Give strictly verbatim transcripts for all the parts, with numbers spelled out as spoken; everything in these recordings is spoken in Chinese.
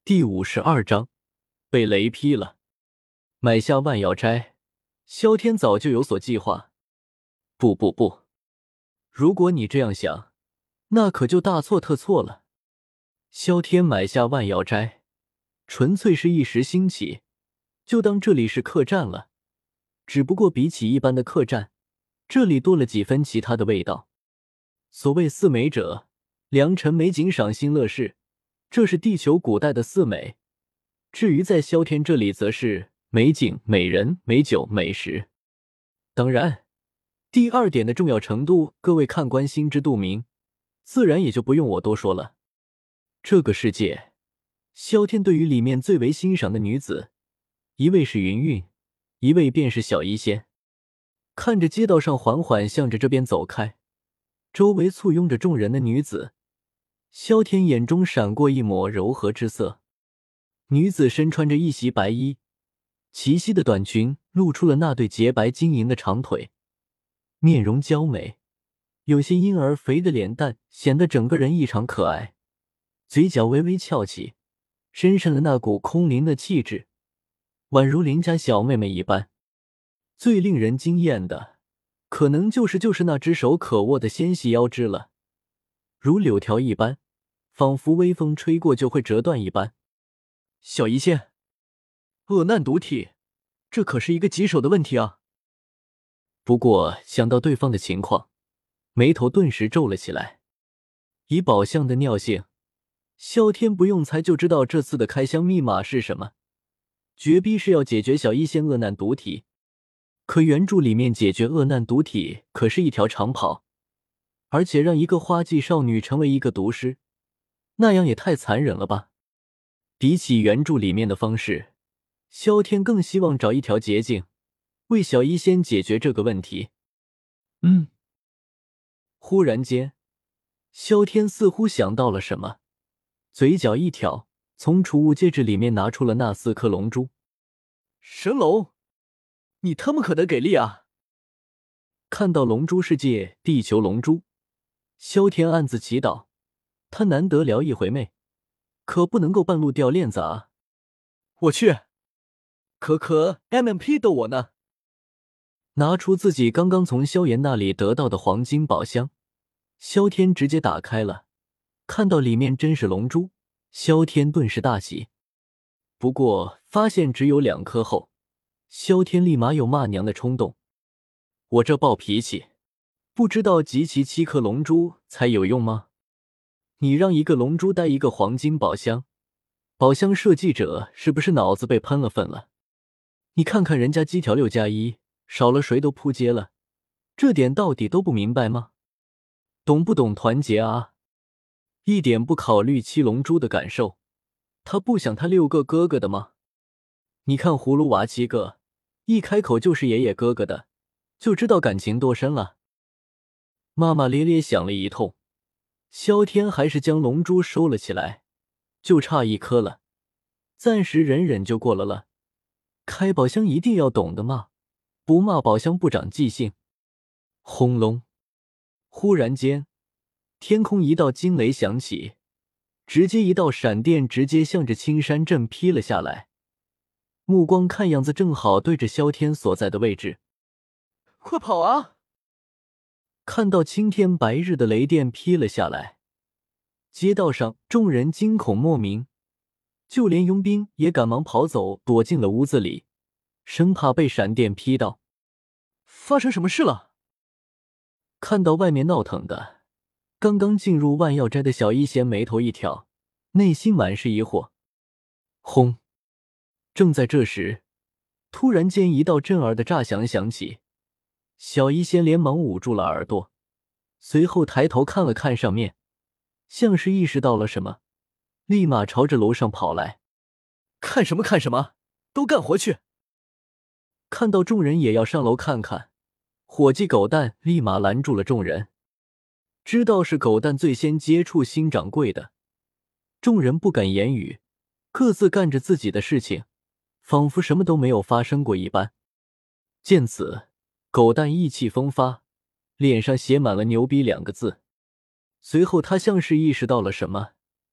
第五十二章被雷劈了。买下万药斋，萧天早就有所计划。不不不，如果你这样想，那可就大错特错了。萧天买下万药斋，纯粹是一时兴起，就当这里是客栈了。只不过比起一般的客栈，这里多了几分其他的味道。所谓四美者，良辰美景赏心乐事，这是地球古代的四美。至于在萧天这里，则是美景、美人、美酒、美食。当然，第二点的重要程度，各位看官心知肚明，自然也就不用我多说了。这个世界，萧天对于里面最为欣赏的女子，一位是云韵，一位便是小医仙。看着街道上缓缓向着这边走开，周围簇拥着众人的女子，萧天眼中闪过一抹柔和之色。女子身穿着一袭白衣，齐膝的短裙露出了那对洁白晶莹的长腿，面容娇美，有些婴儿肥的脸蛋显得整个人异常可爱，嘴角微微翘起，身上的那股空灵的气质，宛如邻家小妹妹一般。最令人惊艳的，可能就是就是那只手可握的纤细腰肢了，如柳条一般，仿佛微风吹过就会折断一般。小医仙，恶难毒体，这可是一个棘手的问题啊。不过想到对方的情况，眉头顿时皱了起来。以宝相的尿性，萧天不用猜就知道这次的开箱密码是什么，绝逼是要解决小医仙恶难毒体。可原著里面解决恶难毒体可是一条长跑，而且让一个花季少女成为一个毒师，那样也太残忍了吧。比起原著里面的方式，萧天更希望找一条捷径，为小医仙解决这个问题。嗯。忽然间，萧天似乎想到了什么，嘴角一挑，从储物戒指里面拿出了那四颗龙珠。神龙，你他妈可得给力啊！看到龙珠世界地球龙珠，萧天暗自祈祷，他难得撩一回妹，可不能够半路掉链子啊！我去，可可 M M P 逗我呢！拿出自己刚刚从萧炎那里得到的黄金宝箱，萧天直接打开了，看到里面真是龙珠，萧天顿时大喜。不过发现只有两颗后，萧天立马有骂娘的冲动。我这暴脾气，不知道集齐七颗龙珠才有用吗？你让一个龙珠带一个黄金宝箱，宝箱设计者是不是脑子被喷了粪了？你看看人家机条六加一，少了谁都扑街了，这点到底都不明白吗？懂不懂团结啊？一点不考虑七龙珠的感受，他不想他六个哥哥的吗？你看葫芦娃七个，一开口就是爷爷哥哥的，就知道感情多深了。骂骂咧咧想了一通，萧天还是将龙珠收了起来，就差一颗了，暂时忍忍就过了了。开宝箱一定要懂得骂，不骂宝箱不长记性。轰隆！忽然间，天空一道惊雷响起，直接一道闪电直接向着青山镇劈了下来。目光看样子正好对着萧天所在的位置。快跑啊！看到青天白日的雷电劈了下来，街道上众人惊恐莫名，就连佣兵也赶忙跑走，躲进了屋子里，生怕被闪电劈到。发生什么事了？看到外面闹腾的，刚刚进入万药斋的小医仙眉头一挑，内心满是疑惑。轰！正在这时，突然间一道震耳的炸响响起，小医仙连忙捂住了耳朵，随后抬头看了看上面，像是意识到了什么，立马朝着楼上跑来。看什么看什么，都干活去！看到众人也要上楼看看，伙计狗蛋立马拦住了众人。知道是狗蛋最先接触新掌柜的，众人不敢言语，各自干着自己的事情，仿佛什么都没有发生过一般。见此，狗蛋意气风发，脸上写满了牛逼两个字。随后他像是意识到了什么，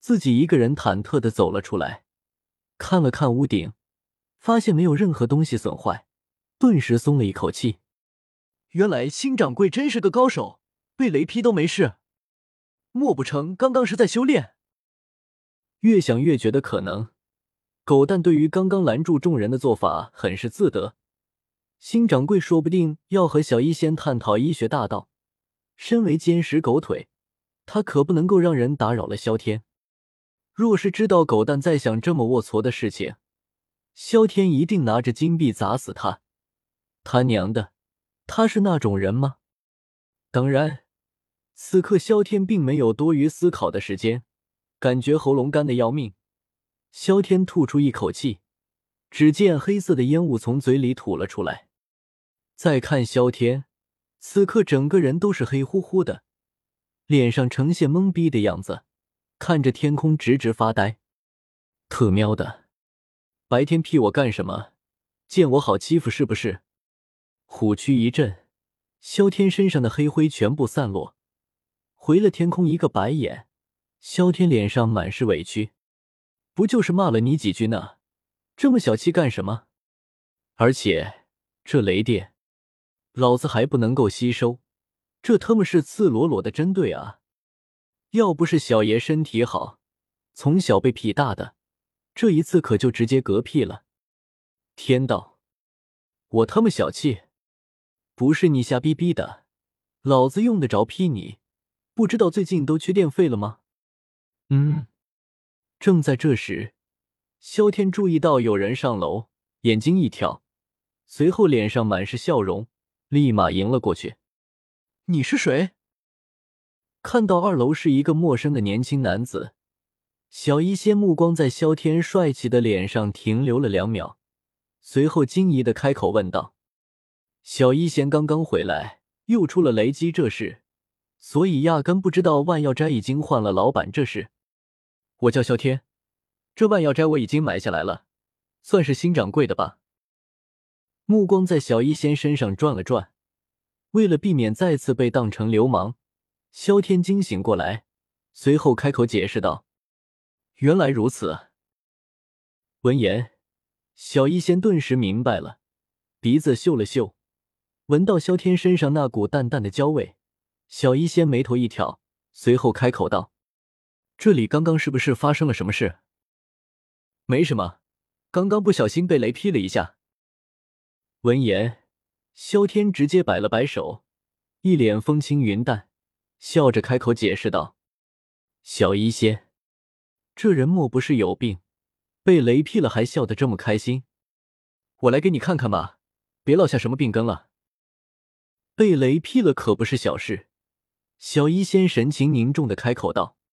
自己一个人忐忑地走了出来，看了看屋顶，发现没有任何东西损坏，顿时松了一口气。原来新掌柜真是个高手，被雷劈都没事。莫不成刚刚是在修炼？越想越觉得可能。狗蛋对于刚刚拦住众人的做法很是自得。新掌柜说不定要和小医仙探讨医学大道，身为坚实狗腿，他可不能够让人打扰了萧天。若是知道狗蛋在想这么龌龊的事情，萧天一定拿着金币砸死他。他娘的，他是那种人吗？当然，此刻萧天并没有多余思考的时间，感觉喉咙干得要命。萧天吐出一口气，只见黑色的烟雾从嘴里吐了出来。再看萧天，此刻整个人都是黑乎乎的，脸上呈现懵逼的样子，看着天空直直发呆。特喵的，白天劈我干什么？见我好欺负是不是？虎躯一震，萧天身上的黑灰全部散落，回了天空一个白眼。萧天脸上满是委屈，不就是骂了你几句呢？这么小气干什么？而且这雷电，老子还不能够吸收，这他妈是赤裸裸的针对啊！要不是小爷身体好，从小被劈大的，这一次可就直接嗝屁了。天道，我他妈小气？不是你瞎逼逼的，老子用得着劈你？不知道最近都缺电费了吗？嗯。正在这时，萧天注意到有人上楼，眼睛一挑，随后脸上满是笑容，立马迎了过去。你是谁？看到二楼是一个陌生的年轻男子，小医仙目光在萧天帅气的脸上停留了两秒，随后惊疑地开口问道。小医仙刚刚回来，又出了雷击这事，所以压根不知道万药斋已经换了老板这事。我叫萧天，这万药斋我已经买下来了，算是新掌柜的吧。目光在小医仙身上转了转，为了避免再次被当成流氓，萧天惊醒过来，随后开口解释道：原来如此。闻言，小医仙顿时明白了，鼻子嗅了嗅，闻到萧天身上那股淡淡的焦味，小医仙眉头一挑，随后开口道：这里刚刚是不是发生了什么事？没什么，刚刚不小心被雷劈了一下。闻言，萧天直接摆了摆手，一脸风轻云淡，笑着开口解释道：小医仙，这人莫不是有病，被雷劈了还笑得这么开心？我来给你看看吧，别落下什么病根了。被雷劈了可不是小事，小医仙神情凝重地开口道。